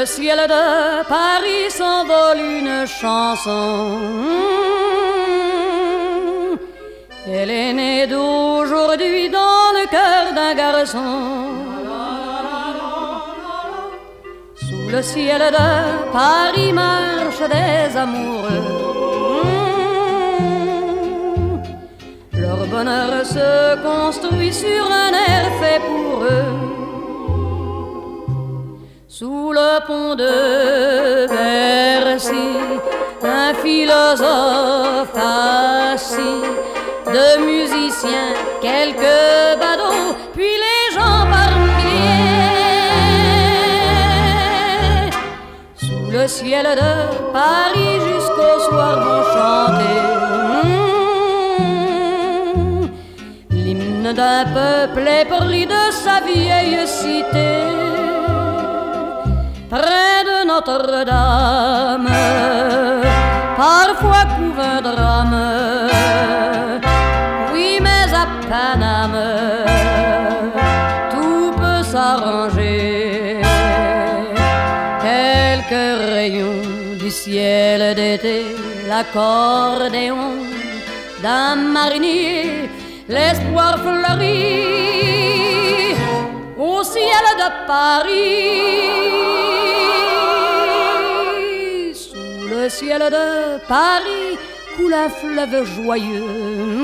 ciel de Paris s'envole une chanson. Elle est née d'aujourd'hui dans le cœur d'un garçon. Sous le ciel de Paris marchent des amoureux. Leur bonheur se construit sur un air fait pour eux. Sous le pont de Bercy, un philosophe assis, de musiciens, quelques badauds, puis les gens par milliers. Sous le ciel de Paris jusqu'au soir vont chanter l'hymne d'un peuple épris de sa vieille cité. Près de Notre-Dame, parfois couve un drame. Oui, mais à Paname, tout peut s'arranger. Quelques rayons du ciel d'été, l'accordéon d'un marinier, l'espoir fleurit au ciel de Paris. Le ciel de Paris coule un fleuve joyeux.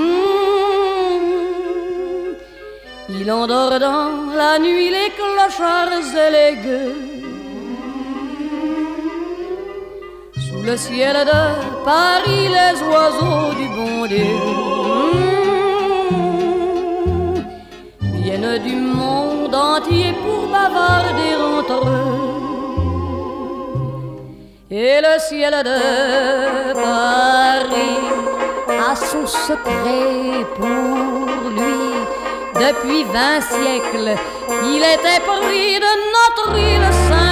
Il endort dans la nuit les clochards et les gueux. Sous le ciel de Paris les oiseaux du bon Dieu viennent du monde entier pour bavarder entre eux. Et le ciel de Paris a son secret pour lui. Depuis 20 siècles, il était pris de notre île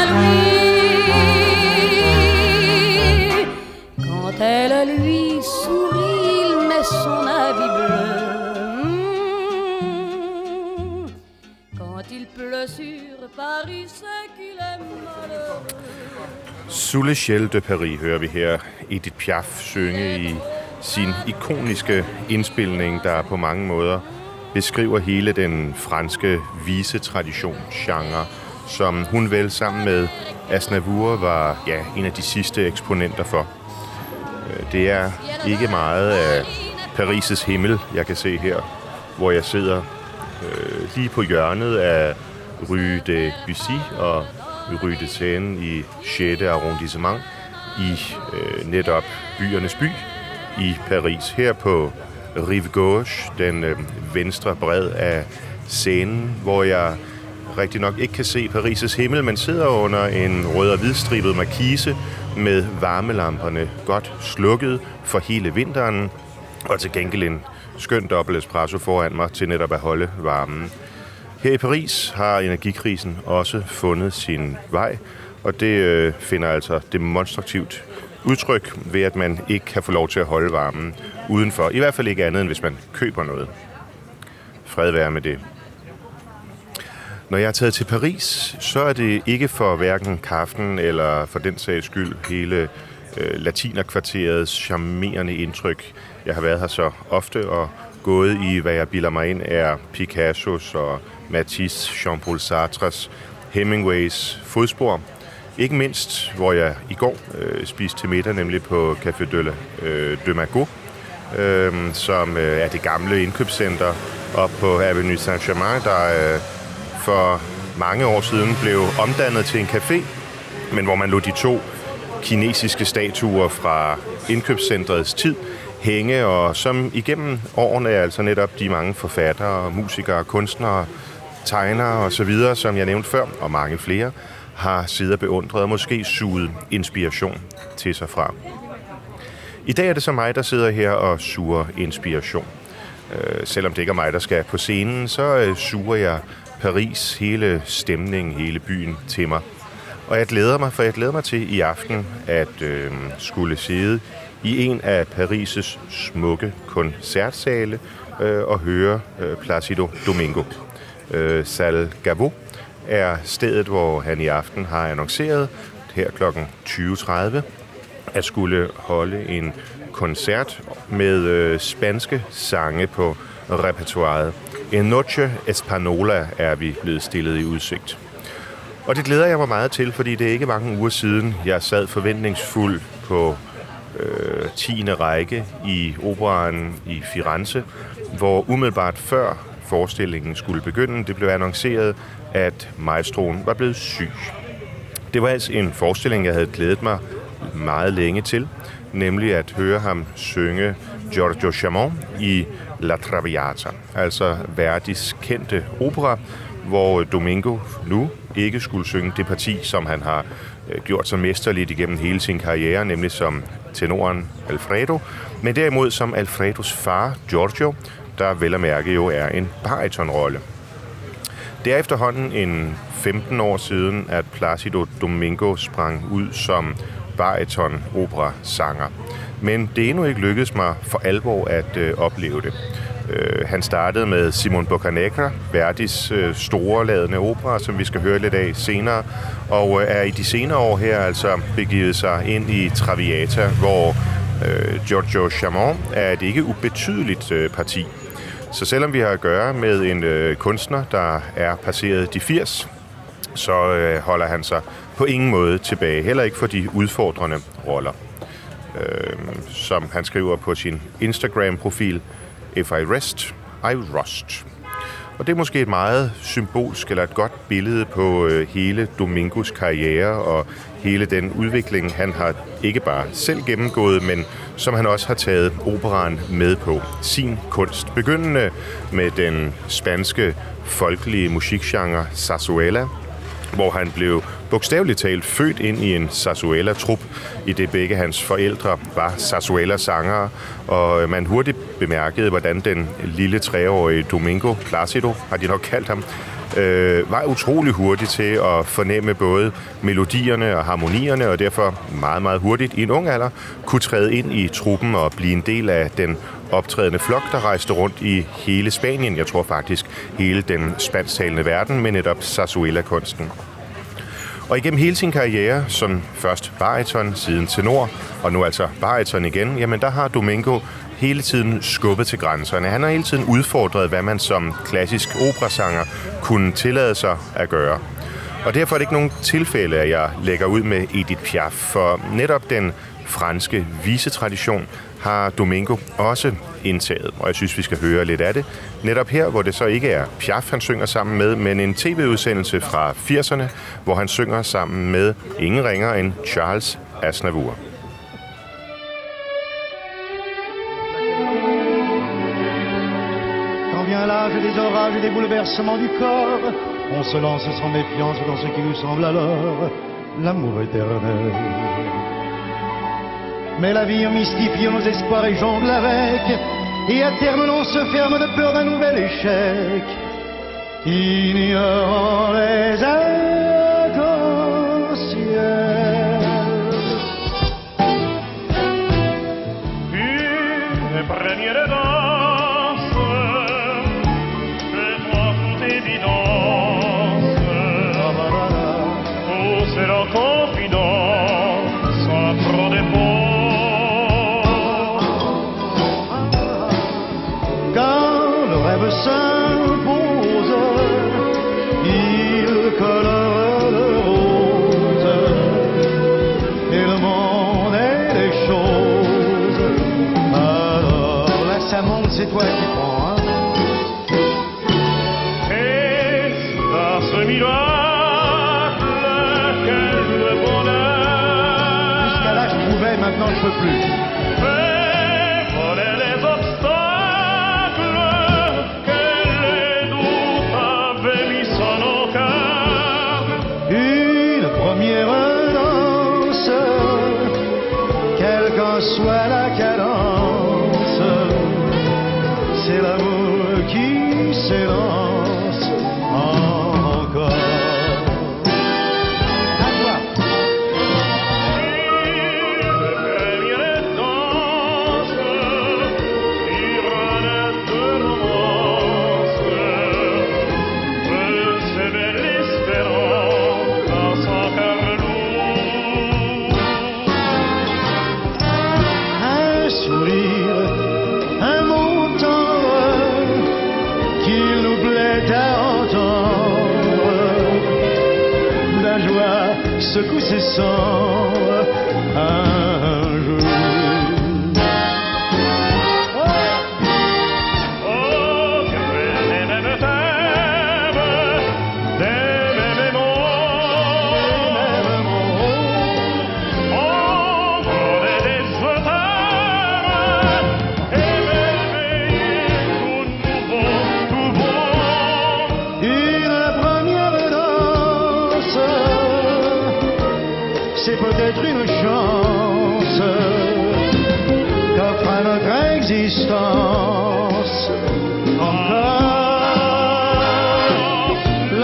Saint-Louis. Quand elle lui sourit, il met son habit bleu. Quand il pleut sur Paris, c'est qu'il est malheureux. Sous le ciel de Paris hører vi her Edith Piaf synge i sin ikoniske indspilning, der på mange måder beskriver hele den franske visetradition-genre, som hun vel sammen med Aznavour var en af de sidste eksponenter for. Det er ikke meget af Paris' himmel, jeg kan se her, hvor jeg sidder lige på hjørnet af Rue de Bussy og Rue de Seine i 6. arrondissement i netop byernes by i Paris. Her på Rive Gauche, den venstre bred af Seinen, hvor jeg rigtig nok ikke kan se Paris' himmel, men sidder under en rød- og hvidstribet markise med varmelamperne godt slukket for hele vinteren, og til gengæld en skøn dobbelt espresso foran mig til netop at holde varmen. Her i Paris har energikrisen også fundet sin vej, og det finder altså demonstrativt udtryk ved, at man ikke kan få lov til at holde varmen udenfor. I hvert fald ikke andet, end hvis man køber noget. Fred være med det. Når jeg er taget til Paris, så er det ikke for hverken kaffen eller for den sags skyld hele latinerkvarterets charmerende indtryk. Jeg har været her så ofte og gået i, hvad jeg bilder mig ind, er Picassos og Matisse, Jean-Paul Sartres, Hemingways fodspor. Ikke mindst, hvor jeg i går spiste til middag, nemlig på Café de Magot, som er det gamle indkøbscenter op på Avenue Saint-Germain, der for mange år siden blev omdannet til en café, men hvor man lod de 2 kinesiske statuer fra indkøbscentrets tid hænge, og som igennem årene er altså netop de mange forfattere, musikere, kunstnere, tegnere osv., som jeg nævnte før, og mange flere, har siddet og beundret og måske suget inspiration til sig fra. I dag er det så mig, der sidder her og suger inspiration. Selvom det ikke er mig, der skal på scenen, så suger jeg Paris, hele stemningen, hele byen til mig. Og jeg glæder mig til i aften at skulle sidde i en af Paris' smukke koncertsale og høre Plácido Domingo. Salle Gaveau er stedet, hvor han i aften har annonceret her kl. 20.30 at skulle holde en koncert med spanske sange på repertoiret. En noche española er vi blevet stillet i udsigt. Og det glæder jeg mig meget til, fordi det er ikke mange uger siden, jeg sad forventningsfuld på 10. række i operaen i Firenze, hvor umiddelbart før forestillingen skulle begynde, det blev annonceret, at maestroen var blevet syg. Det var altså en forestilling, jeg havde glædet mig meget længe til, nemlig at høre ham synge Giorgio Chamon i La Traviata, altså Verdis kendte opera, hvor Domingo nu ikke skulle synge det parti, som han har gjort så mesterligt igennem hele sin karriere, nemlig som tenoren Alfredo, men derimod som Alfredos far, Giorgio, der vel at mærke jo er en baritonrolle. Det er efterhånden en 15 år siden, at Plácido Domingo sprang ud som bariton-opera-sanger. Men det er endnu ikke lykkedes mig for alvor at opleve det. Han startede med Simon Boccanegra, Verdis storeladende opera, som vi skal høre lidt af senere, og er i de senere år her altså begivet sig ind i Traviata, hvor Giorgio Chamon er et ikke ubetydeligt parti. Så selvom vi har at gøre med en kunstner, der er passeret de 80, så holder han sig på ingen måde tilbage, heller ikke for de udfordrende roller. Som han skriver på sin Instagram-profil, If I rest, I rust. Og det er måske et meget symbolsk eller et godt billede på hele Domingos karriere og hele den udvikling, han har ikke bare selv gennemgået, men som han også har taget operaen med på. Sin kunst, begyndende med den spanske folkelige musikgenre zarzuela, hvor han blev bogstaveligt talt født ind i en zarzuela-trup, i det begge hans forældre var zarzuela-sangere, og man hurtigt bemærkede, hvordan den lille 3-årige Domingo, Plácido har de nok kaldt ham, var utrolig hurtig til at fornemme både melodierne og harmonierne, og derfor meget, meget hurtigt i en ung alder kunne træde ind i truppen og blive en del af den optrædende flok, der rejste rundt i hele Spanien. Jeg tror faktisk hele den spansktalende verden med netop zarzuela-kunsten. Og igennem hele sin karriere, som først bariton, siden tenor, og nu altså bariton igen, jamen der har Domingo hele tiden skubbet til grænserne. Han har hele tiden udfordret, hvad man som klassisk operasanger kunne tillade sig at gøre. Og derfor er det ikke nogen tilfælde, at jeg lægger ud med Edith Piaf, for netop den franske visetradition har Domingo også indtaget, og jeg synes, vi skal høre lidt af det. Netop her, hvor det så ikke er Piaf, han synger sammen med, men en tv-udsendelse fra 80'erne, hvor han synger sammen med ingen ringer end Charles Aznavour. Quand vient l'âge des orages et des bouleversements du corps, on se lance sans méfiance dans ce qui nous semble alors l'amour éternel. Mais la vie en mystifie nos espoirs et jongle avec, et à terme l'on se ferme de peur d'un nouvel échec, ignorant les arcs-en-ciel. Une première danse, de toi toute évidence, oh c'est leur confidence, sans trop d'épaule. S'impose, il colore le rose, et le monde et les choses. Alors là ça monte, c'est toi qui prends, hein? Et dans ce miracle, quel bonheur! Jusqu'à là je pouvais, maintenant je peux plus. Soit la cadence, c'est l'amour qui s'élance encore. À toi. Une première danse, ironette de romance, peut s'aimer l'espérance dans son cœur lourd. secoue ses cendres un jour. C'est peut-être une chance qu'offre à notre existence encore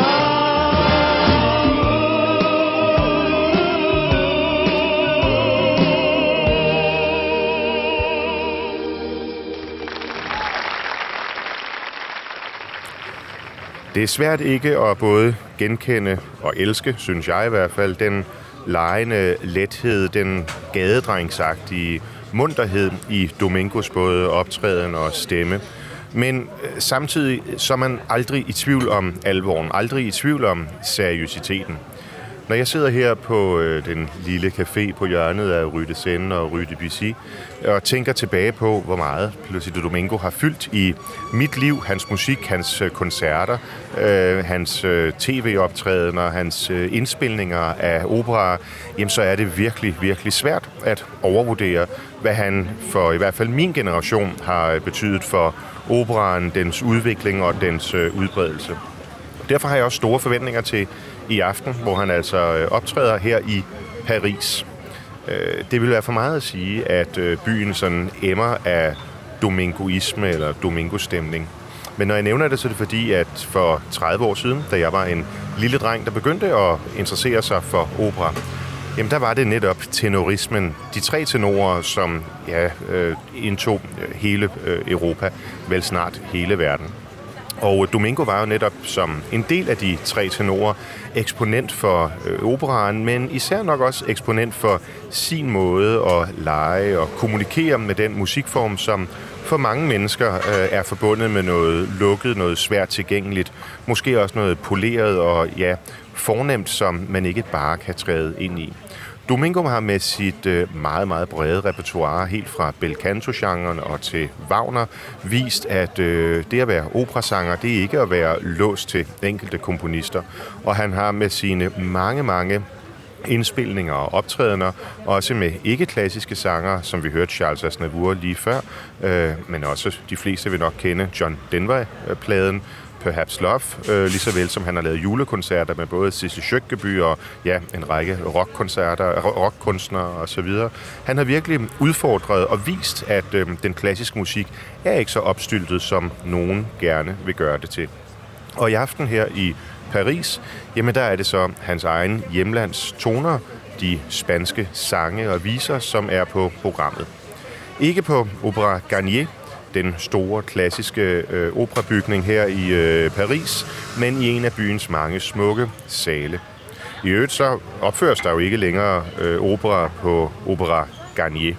Det er svært ikke at både genkende og elske, synes jeg i hvert fald, den legende lethed, den gadedrengsagtige munterhed i Domingos både optræden og stemme. Men samtidig så er man aldrig i tvivl om alvoren, aldrig i tvivl om seriøsiteten. Når jeg sidder her på den lille café på hjørnet af Rue de Seine og Rue de Bussy og tænker tilbage på, hvor meget Plácido Domingo har fyldt i mit liv, hans musik, hans koncerter, hans tv-optrædener, hans indspilninger af operaer, jamen så er det virkelig, virkelig svært at overvurdere, hvad han for i hvert fald min generation har betydet for operaen, dens udvikling og dens udbredelse. Derfor har jeg også store forventninger til i aften, hvor han altså optræder her i Paris. Det vil være for meget at sige, at byen sådan emmer af domingoisme eller domingostemning. Men når jeg nævner det, så er det fordi, at for 30 år siden, da jeg var en lille dreng, der begyndte at interessere sig for opera, jamen der var det netop tenorismen, de 3 tenorer, som indtog hele Europa, vel snart hele verden. Og Domingo var jo netop som en del af de 3 tenorer eksponent for operaen, men især nok også eksponent for sin måde at lege og kommunikere med den musikform, som for mange mennesker er forbundet med noget lukket, noget svært tilgængeligt, måske også noget poleret og fornemt, som man ikke bare kan træde ind i. Domingo har med sit meget, meget brede repertoire, helt fra bel canto-genren og til Wagner, vist, at det at være operasanger, det er ikke at være låst til enkelte komponister. Og han har med sine mange, mange indspilninger og optrædener, også med ikke-klassiske sanger, som vi hørte Charles Aznavour lige før, men også de fleste vil nok kende John Denver-pladen, Perhaps Love, lige så vel som han har lavet julekoncerter med både Sissel Kyrkjebø og en række rockkunstnere osv. Han har virkelig udfordret og vist, at den klassiske musik er ikke så opstyltet, som nogen gerne vil gøre det til. Og i aften her i Paris, jamen der er det så hans egen hjemlands toner, de spanske sange og viser, som er på programmet. Ikke på Opéra Garnier, den store klassiske operabygning her i Paris, men i en af byens mange smukke sale. I øvrigt så opføres der jo ikke længere opera på Opéra Garnier.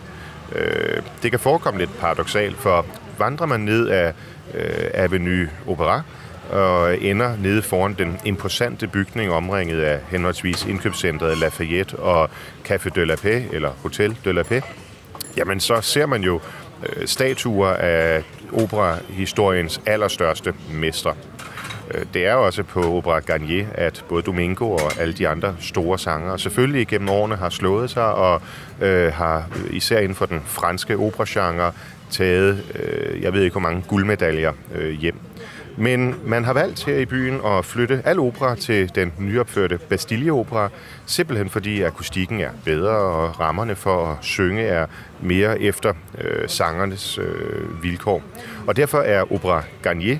Det kan forekomme lidt paradoksalt, for vandrer man ned af Avenue Opéra og ender nede foran den imposante bygning omringet af henholdsvis indkøbscentret Lafayette og Café de la Paix eller Hotel de la Paix, jamen så ser man jo statuer af operahistoriens allerstørste mestre. Det er også på Opéra Garnier, at både Domingo og alle de andre store sangere selvfølgelig gennem årene har slået sig og har især inden for den franske operagenre taget, jeg ved ikke hvor mange guldmedaljer hjem. Men man har valgt her i byen at flytte al opera til den nyopførte Bastille Opera, simpelthen fordi akustikken er bedre, og rammerne for at synge er mere efter sangernes vilkår. Og derfor er Opéra Garnier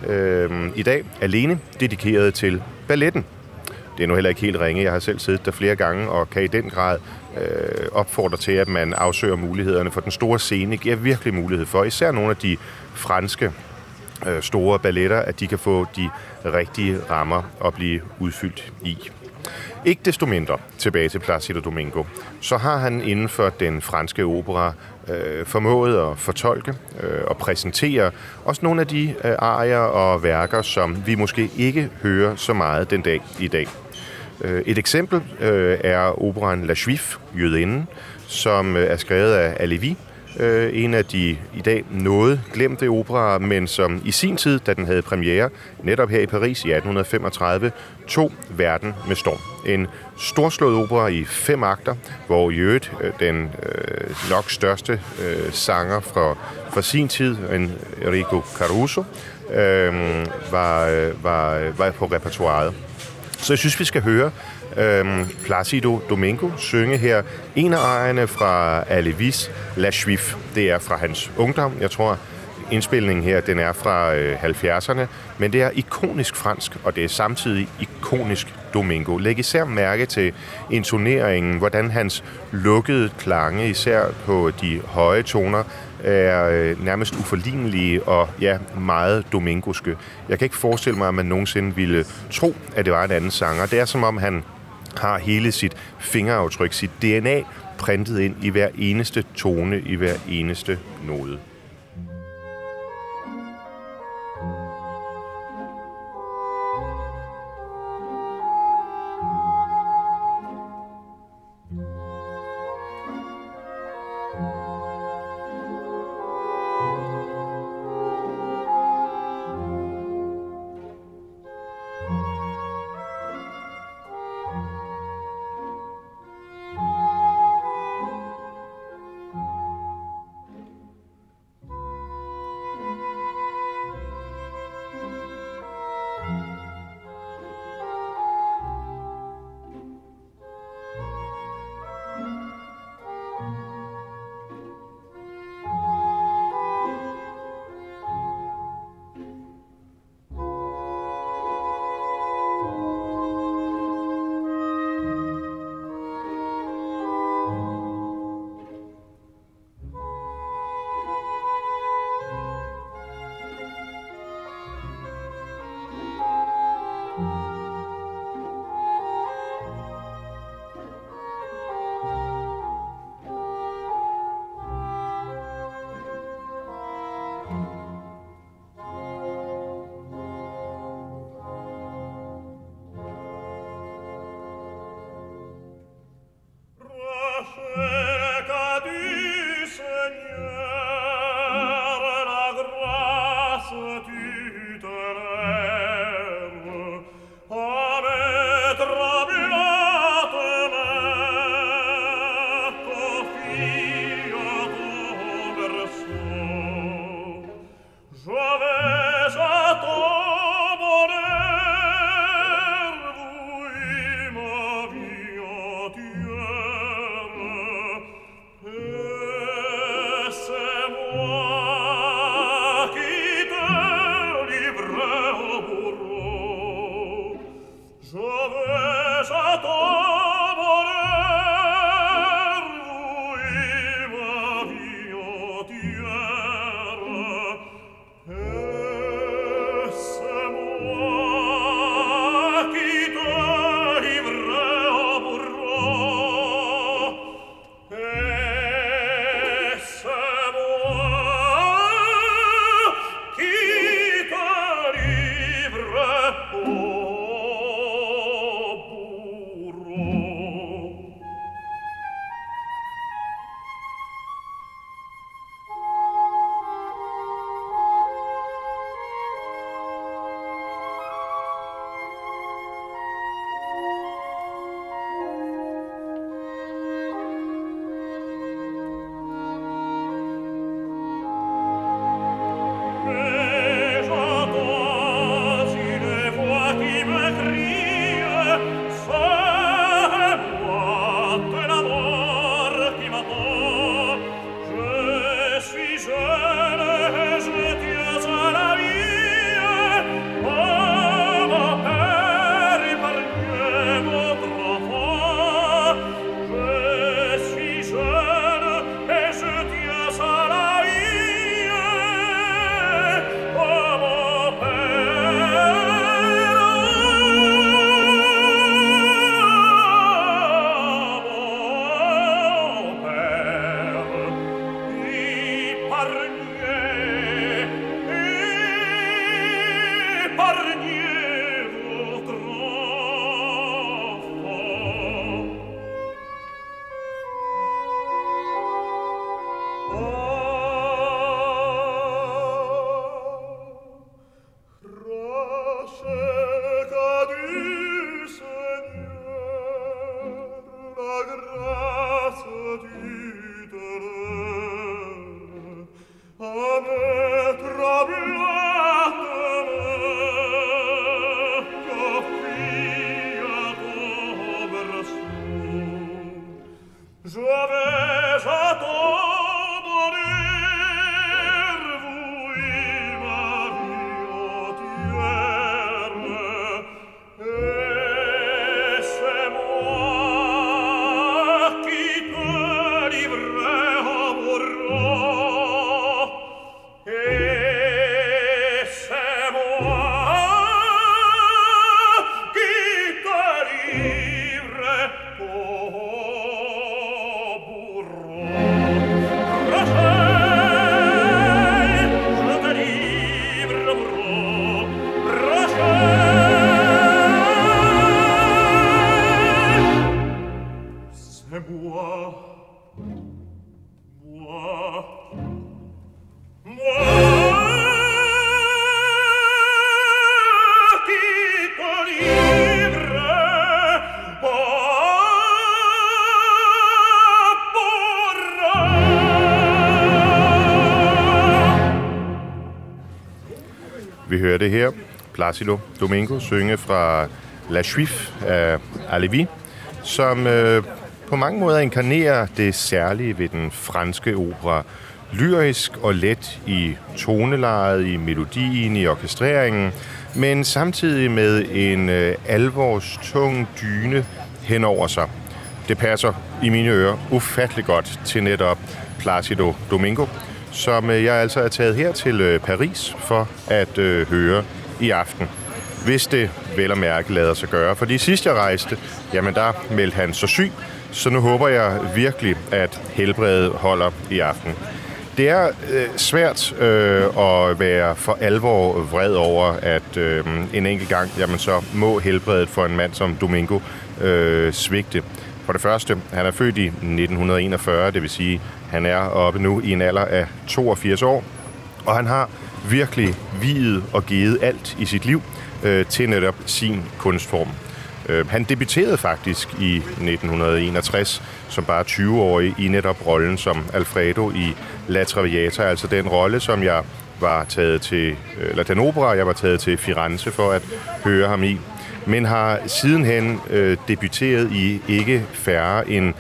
i dag alene dedikeret til balletten. Det er nu heller ikke helt ringe. Jeg har selv siddet der flere gange og kan i den grad opfordre til, at man afsøger mulighederne for den store scene. Giver virkelig mulighed for, især nogle af de franske store balletter, at de kan få de rigtige rammer at blive udfyldt i. Ikke desto mindre, tilbage til Plácido Domingo, så har han inden for den franske opera formået at fortolke og præsentere også nogle af de arier og værker, som vi måske ikke hører så meget den dag i dag. Et eksempel er operaen La Juive, Jødinden, som er skrevet af Halévy, en af de i dag noget glemte operaer, men som i sin tid, da den havde premiere, netop her i Paris i 1835, tog verden med storm. En storslået opera i 5 akter, hvor i øvrigt den nok største sanger fra sin tid, Enrico Caruso, var på repertoiret. Så jeg synes, vi skal høre Plácido Domingo synge her en af arierne fra Halévys La Juive. Det er fra hans ungdom. Jeg tror, indspilningen her, den er fra 70'erne, men det er ikonisk fransk, og det er samtidig ikonisk Domingo. Læg især mærke til intoneringen, hvordan hans lukkede klange, især på de høje toner, er nærmest uforlignelige og ja, meget domingoske. Jeg kan ikke forestille mig, at man nogensinde ville tro, at det var en anden sanger. Det er som om, han har hele sit fingeraftryk, sit DNA printet ind i hver eneste tone, i hver eneste node. Vi hørte her Plácido Domingo synge fra La Juive af Halévy, som på mange måder inkarnerer det særlige ved den franske opera. Lyrisk og let i tonelejet, i melodien, i orkestreringen, men samtidig med en alvorstung dyne hen over sig. Det passer i mine ører ufattelig godt til netop Plácido Domingo, som jeg altså er taget her til Paris for at høre i aften. Hvis det vel og mærke lader sig gøre. Fordi sidst jeg rejste, jamen der meldte han så syg, så nu håber jeg virkelig, at helbredet holder i aften. Det er svært at være for alvor vred over, at en enkelt gang, jamen så må helbredet for en mand som Domingo svigte. For det første, han er født i 1941, det vil sige, han er oppe nu i en alder af 82 år, og han har virkelig viet og givet alt i sit liv til netop sin kunstform. Han debuterede faktisk i 1961 som bare 20-årig i netop rollen som Alfredo i La Traviata, altså den rolle, som jeg var taget til, eller den opera, jeg var taget til Firenze for at høre ham i, men har sidenhen debuteret i ikke færre end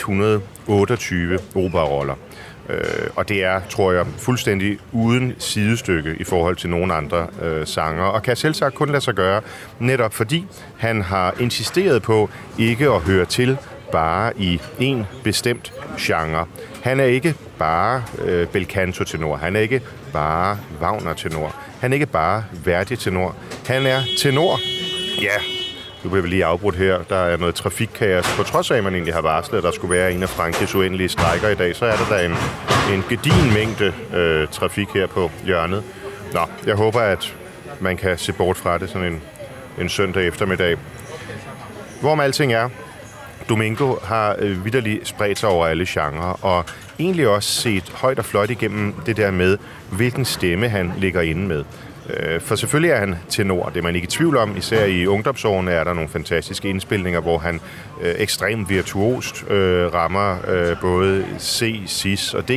128 operaroller. Og det er, tror jeg, fuldstændig uden sidestykke i forhold til nogle andre sanger, og kan selvsagt kun lade sig gøre, netop fordi han har insisteret på ikke at høre til bare i en bestemt genre. Han er ikke bare bel canto tenor, han er ikke bare Wagner tenor, han er ikke bare Verdi tenor, han er tenor. Ja, nu bliver vi lige afbrudt her. Der er noget trafikkaos. På trods af, at man egentlig har varslet, at der skulle være en af Frankrigs uendelige strejker i dag, så er der en gedigen mængde trafik her på hjørnet. Nå, jeg håber, at man kan se bort fra det sådan en søndag eftermiddag. Hvorom alting er, Domingo har vitterligt spredt sig over alle genrer, og egentlig også set højt og flot igennem det der med, hvilken stemme han ligger inde med. For selvfølgelig er han tenor, det er man ikke i tvivl om. Især i ungdomsårene er der nogle fantastiske indspilninger, hvor han ekstremt virtuost rammer både C, cis og D.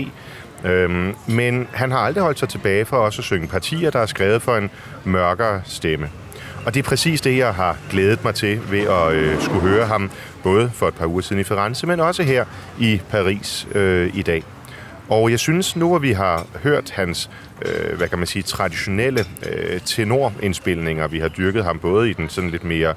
Men han har aldrig holdt sig tilbage for også at synge partier, der er skrevet for en mørkere stemme. Og det er præcis det, jeg har glædet mig til ved at skulle høre ham, både for et par uger siden i Firenze, men også her i Paris i dag. Og jeg synes, nu hvor vi har hørt hans, hvad kan man sige, traditionelle tenorindspilninger, vi har dyrket ham både i den sådan lidt mere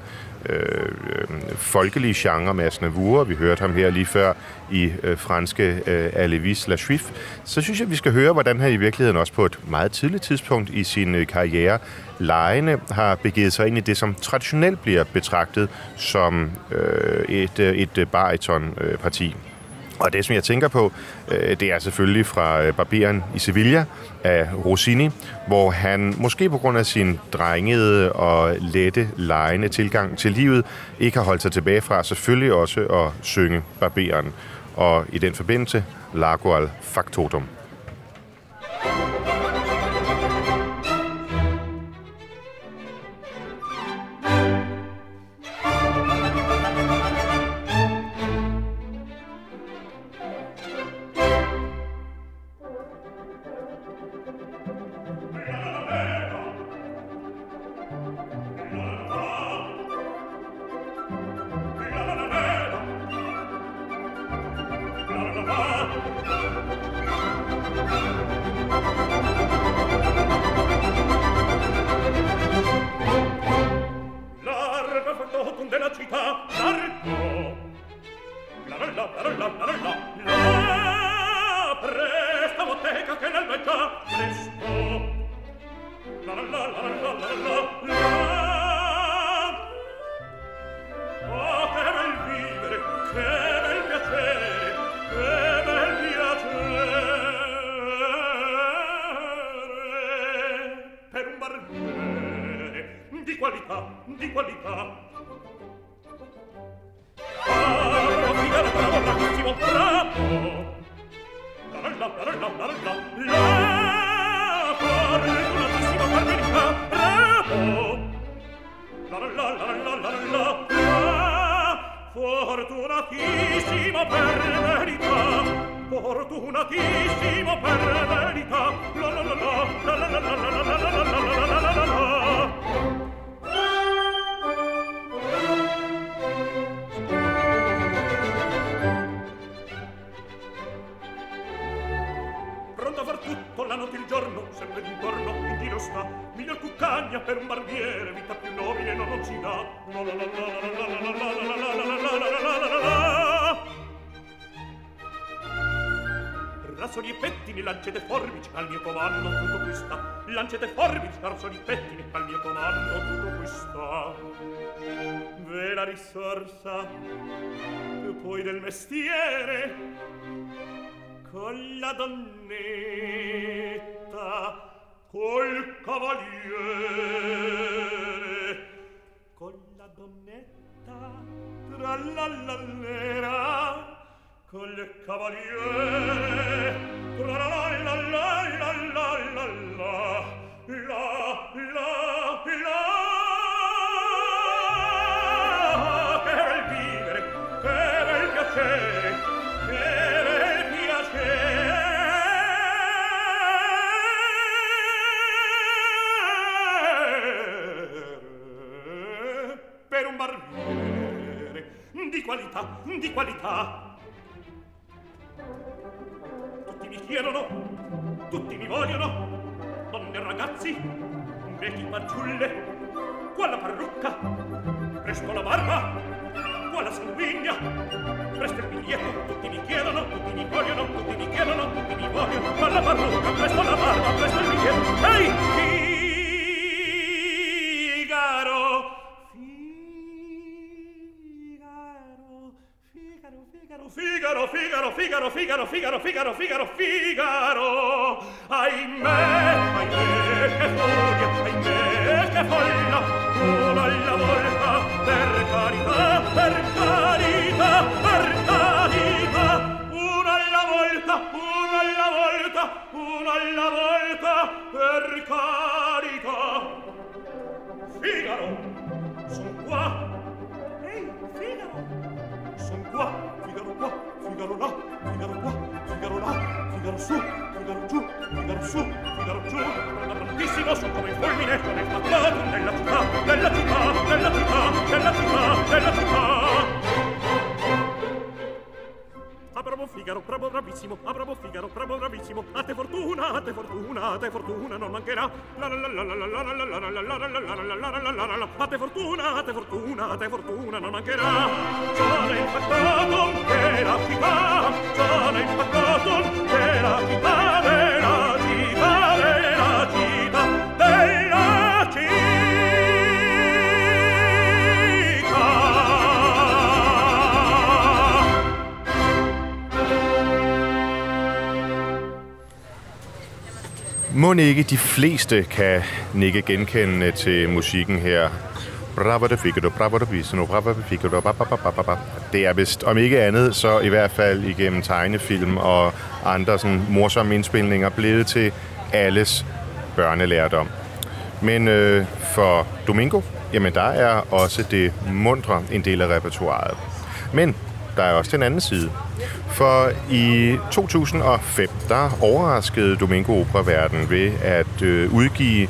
folkelige genre med Aznavour, vi hørte ham her lige før i franske Halévys La Juive, så synes jeg, vi skal høre, hvordan han i virkeligheden også på et meget tidligt tidspunkt i sin karriere legende har begivet sig ind i det, som traditionelt bliver betragtet som et baritonparti. Og det, som jeg tænker på, det er selvfølgelig fra Barberen i Sevilla af Rossini, hvor han måske på grund af sin drengede og lette, legende tilgang til livet, ikke har holdt sig tilbage fra selvfølgelig også at synge Barberen. og i den forbindelse Largo al factotum. Rassoni e pettini, lancete forbici al mio comando, tutto questa. Lancete forbici, rassoni e pettini al mio comando, tutto questa. Ve la risorsa, poi del mestiere, con la donnetta, col cavaliere, con la donnetta, tra l'allera, col cavaliere, tra la la la la la la la la la. Che bel vivere, che bel piacere, che bel piacere. Per un barbiere di qualità, di qualità. Tutti mi chiedono, tutti mi vogliono, donne e ragazzi, vecchi fanciulle, qua la parrucca, presto la barba, qua la sanguigna, presto il biglietto, tutti mi chiedono, tutti mi vogliono, tutti mi chiedono, tutti mi vogliono, qua la parrucca, presto la barba, presto il biglietto. Ehi, Figaro! Figaro, Figaro, Figaro, Figaro, Figaro, Figaro, Figaro, Figaro. Ahimè, ahimè, che furia, ahimè, che folla. Una alla volta, per carità, per carità, per carità. Una alla volta, una alla volta, una alla volta, per carità. Figaro, son qua. Ehi, Figaro, son qua. Figaro là, Figaro qua, Figaro là, Figaro su, Figaro giù, Figaro su, Figaro giù. Guarda prontissimo, sono come il fulmine, con il fatto della città, della città, della città, della città, della città. Ah, bravo Figaro, bravo bravissimo, ah, bravo Figaro, bravo bravissimo. A te fortuna, a te fortuna, a te fortuna non mancherà. La la la la la la la la la la la la la la la. A te fortuna, a te fortuna, a te fortuna non mancherà. Sono impaccato che la città, sono impaccato che la città, della città, della città, della città. Må ikke de fleste kan nikke genkendende til musikken her. Bravo de Figaro, bravo de Vicino, bravo de Figaro, det er vist, om ikke andet, så i hvert fald igennem tegnefilm og andre sådan morsomme indspilninger blevet til alles børnelærdom. Men for Domingo, jamen der er også det muntre en del af repertoiret. Men der er også den anden side. For i 2005, der overraskede Domingo operaverden ved at udgive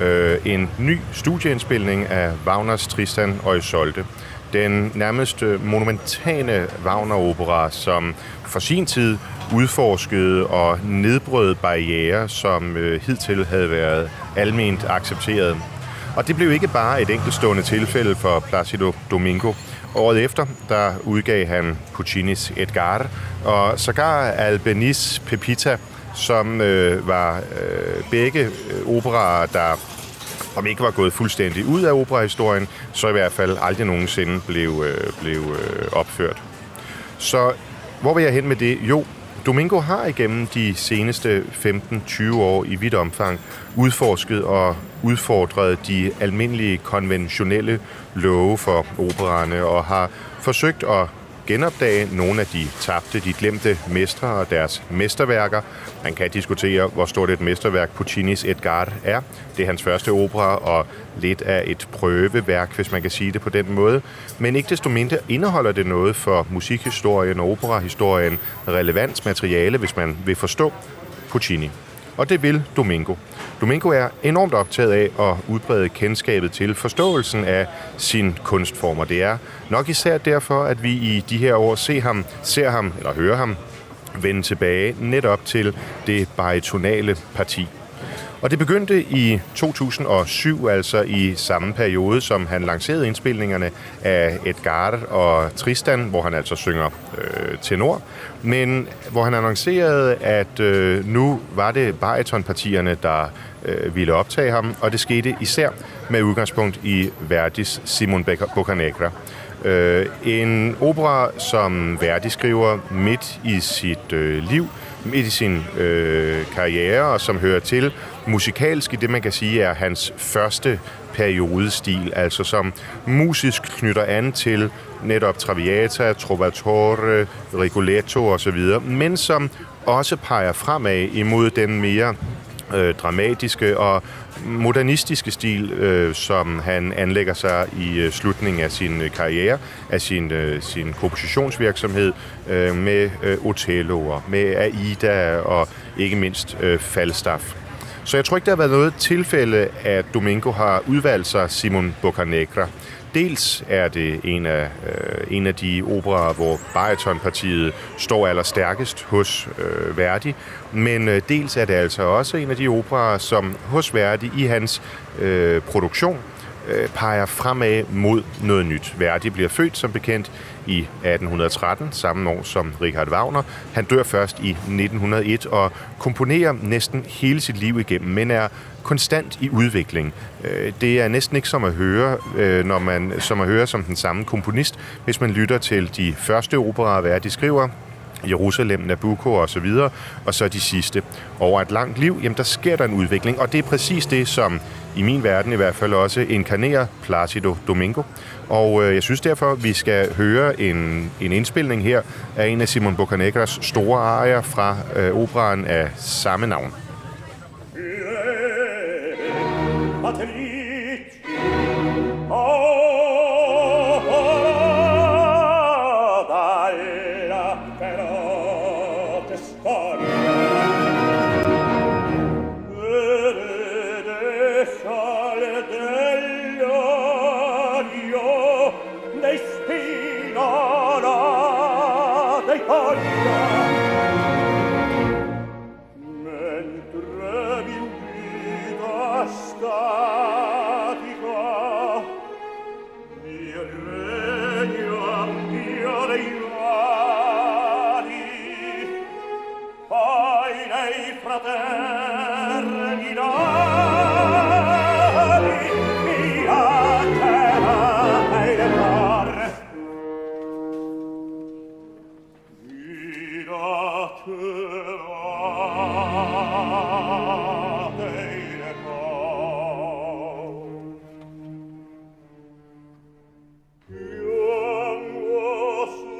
en ny studieindspilning af Wagners Tristan og Isolde. Den nærmest monumentale Wagner-opera, som for sin tid udforskede og nedbrød barrierer, som hidtil havde været alment accepteret. Og det blev ikke bare et enkeltstående tilfælde for Plácido Domingo. Året efter, der udgav han Puccinis Edgar og sågar Albanis Pepita, som var begge operaer, der om ikke var gået fuldstændig ud af operahistorien, så i hvert fald aldrig nogensinde blev opført. Så hvor vil jeg hen med det? Jo, Domingo har igennem de seneste 15-20 år i vidt omfang udforsket og udfordret de almindelige konventionelle love for operaerne og har forsøgt at genopdage nogle af de tabte, de glemte mestre og deres mesterværker. Man kan diskutere, hvor stort et mesterværk Puccinis Edgar er. Det er hans første opera og lidt af et prøveværk, hvis man kan sige det på den måde. Men ikke desto mindre indeholder det noget for musikhistorien og operahistorien relevant materiale, hvis man vil forstå Puccini. Og det vil Domingo. Domingo er enormt optaget af at udbrede kendskabet til forståelsen af sin kunstformer. Det er nok især derfor, at vi i de her år ser ham eller hører ham vende tilbage netop til det baritonale parti. Og det begyndte i 2007, altså i samme periode, som han lancerede indspilningerne af Edgar og Tristan, hvor han altså synger tenor, men hvor han annoncerede, at nu var det baritonpartierne, der ville optage ham, og det skete især med udgangspunkt i Verdis Simon Boccanegra. En opera, som Verdi skriver midt i sit liv, midt i sin karriere, og som hører til musikalsk i det, man kan sige, er hans første periodestil, altså som musisk knytter an til netop Traviata, Trovatore, Rigoletto osv., men som også peger fremad imod den mere dramatiske og modernistiske stil, som han anlægger sig i slutningen af sin karriere, af sin kompositionsvirksomhed med Othelloer, med Aida og ikke mindst Falstaff. Så jeg tror ikke, der har været noget tilfælde, at Domingo har udvalgt sig Simon Boccanegra. Dels er det en af de operaer, hvor baritonpartiet står allerstærkest hos Verdi, men dels er det altså også en af de operaer, som hos Verdi i hans produktion peger fremad mod noget nyt. Verdi bliver født som bekendt i 1813, samme år som Richard Wagner. Han dør først i 1901 og komponerer næsten hele sit liv igennem, men er konstant i udvikling. Det er næsten ikke som at høre, som den samme komponist, hvis man lytter til de første operaer, Verdi skriver, Jerusalem, Nabucco og så videre, og så de sidste. Over et langt liv, jamen der sker der en udvikling, og det er præcis det, som i min verden i hvert fald også inkarnerer Plácido Domingo. Og jeg synes derfor, vi skal høre en indspilning her af en af Simon Boccanegras store arier fra operaen af samme navn. Io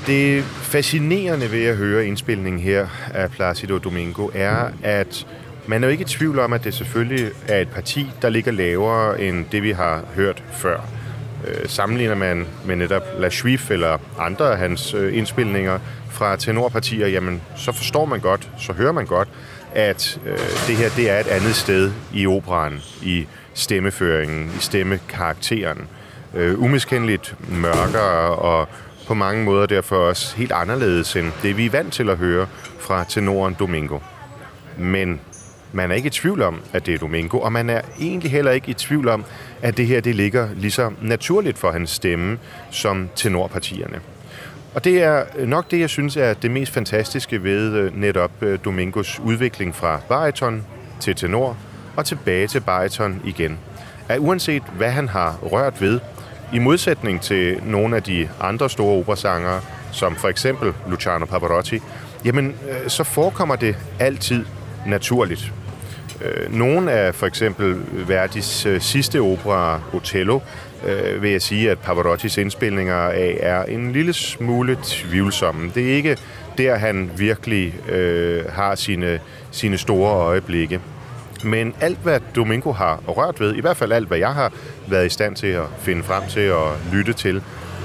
Det fascinerende ved at høre indspilningen her af Plácido Domingo er, at man er jo ikke i tvivl om, at det selvfølgelig er et parti, der ligger lavere end det, vi har hørt før. Sammenligner man med netop La Juif eller andre af hans indspilninger fra tenorpartier, jamen så forstår man godt, så hører man godt, at det her det er et andet sted i operaen, i stemmeføringen, i stemmekarakteren. Umiskendeligt mørkere og på mange måder derfor også helt anderledes end det, vi er vant til at høre fra tenoren Domingo. Men man er ikke i tvivl om, at det er Domingo, og man er egentlig heller ikke i tvivl om, at det her det ligger lige så naturligt for hans stemme som tenorpartierne. Og det er nok det, jeg synes er det mest fantastiske ved netop Domingos udvikling fra bariton til tenor og tilbage til bariton igen. At uanset hvad han har rørt ved, i modsætning til nogle af de andre store operasangere, som for eksempel Luciano Pavarotti, jamen så forekommer det altid naturligt. Nogle af for eksempel Verdis sidste opera, Otello, vil jeg sige, at Pavarottis indspilninger af er en lille smule tvivlsomme. Det er ikke der, han virkelig har sine store øjeblikke. Men alt, hvad Domingo har rørt ved, i hvert fald alt, hvad jeg har været i stand til at finde frem til og lytte til,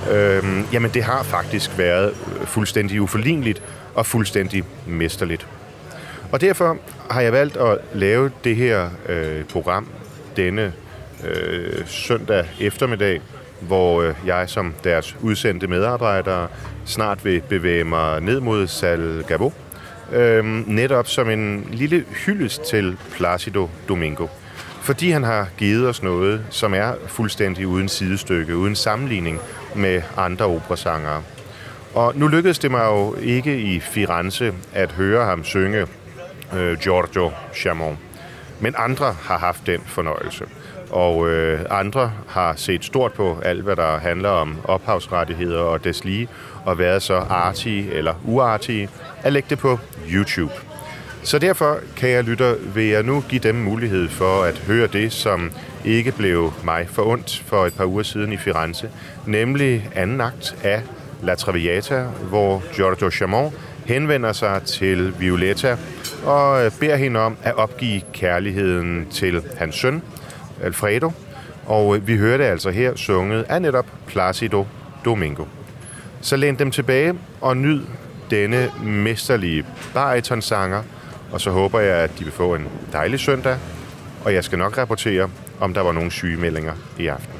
jamen det har faktisk været fuldstændig uforligneligt og fuldstændig mesterligt. Og derfor har jeg valgt at lave det her program denne søndag eftermiddag, hvor jeg som deres udsendte medarbejdere snart vil bevæge mig ned mod Salle Gaveau, netop som en lille hyldest til Plácido Domingo. Fordi han har givet os noget, som er fuldstændig uden sidestykke, uden sammenligning med andre operasangere. Og nu lykkedes det mig jo ikke i Firenze at høre ham synge Giorgio Chamon. Men andre har haft den fornøjelse. Og andre har set stort på alt, hvad der handler om ophavsrettigheder og deslige, og været så artige eller uartige at lægge det på YouTube. Så derfor, kære lytter, vil jeg nu give dem mulighed for at høre det, som ikke blev mig forundt for et par uger siden i Firenze, nemlig anden akt af La Traviata, hvor Giorgio Chamon henvender sig til Violetta og beder hende om at opgive kærligheden til hans søn, Alfredo, og vi hører det altså her sunget af netop Plácido Domingo. Så læn dem tilbage og nyd denne mesterlige baritonsanger, og så håber jeg, at de vil få en dejlig søndag, og jeg skal nok rapportere, om der var nogle sygemeldinger i aften.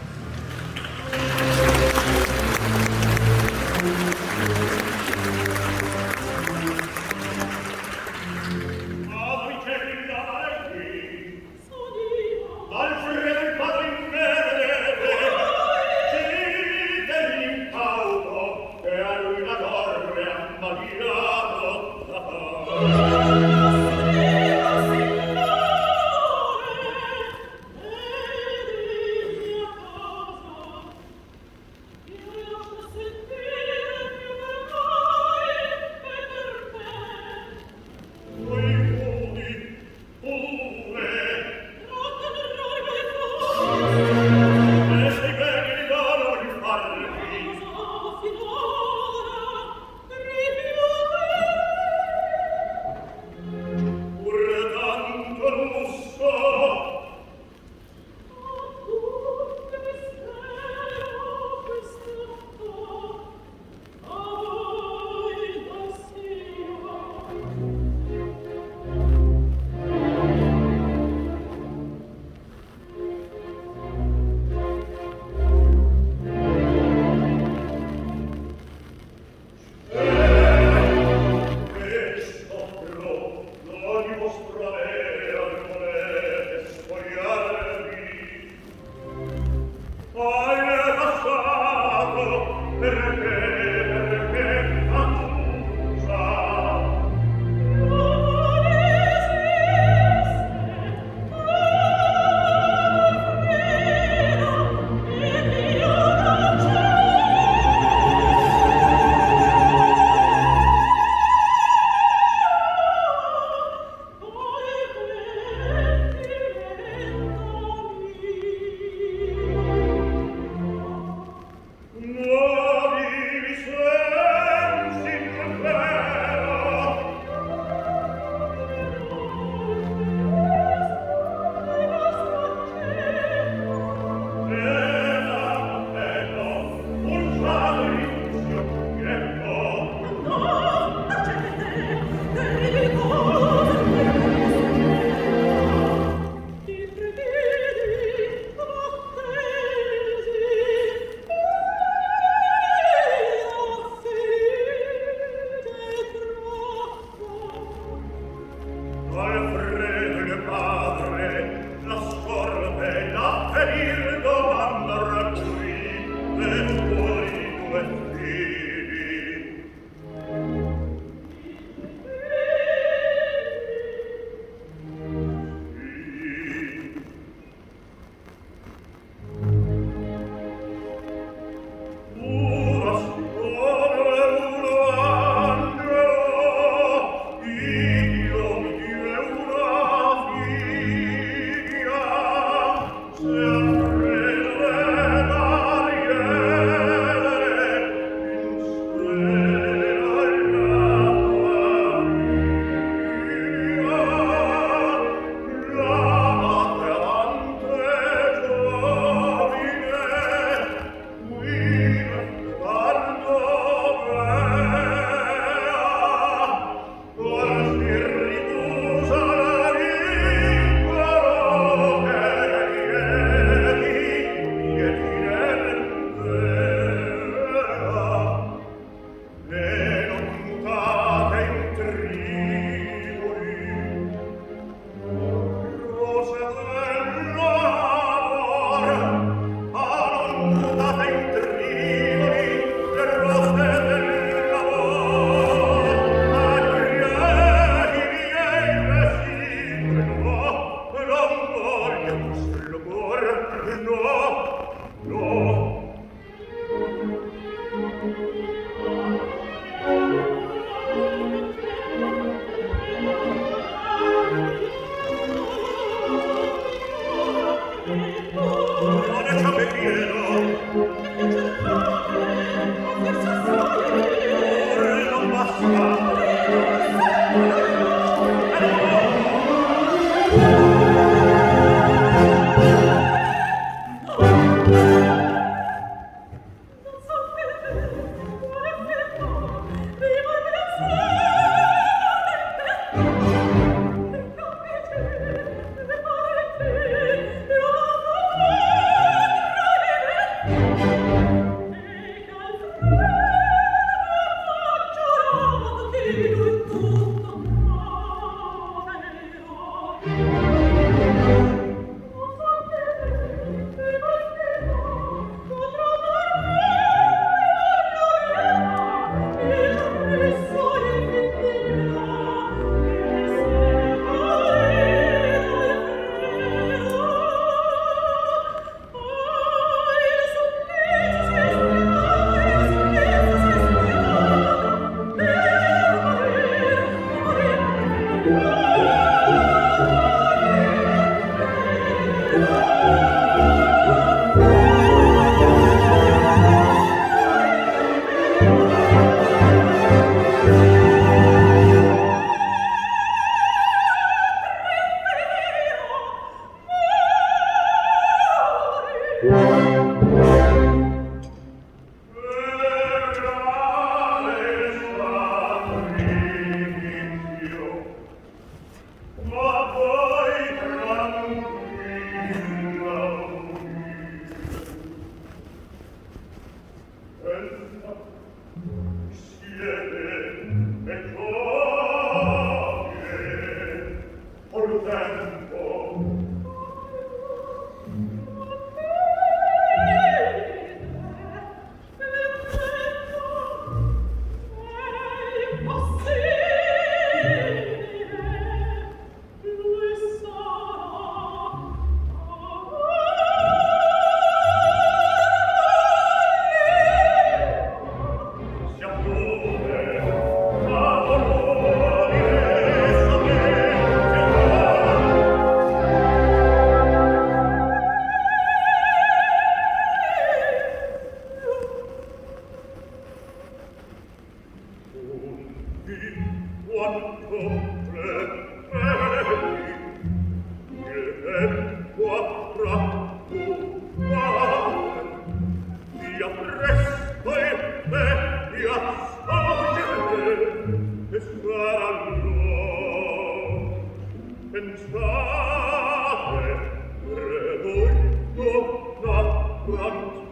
Re, voi, no, na, rant,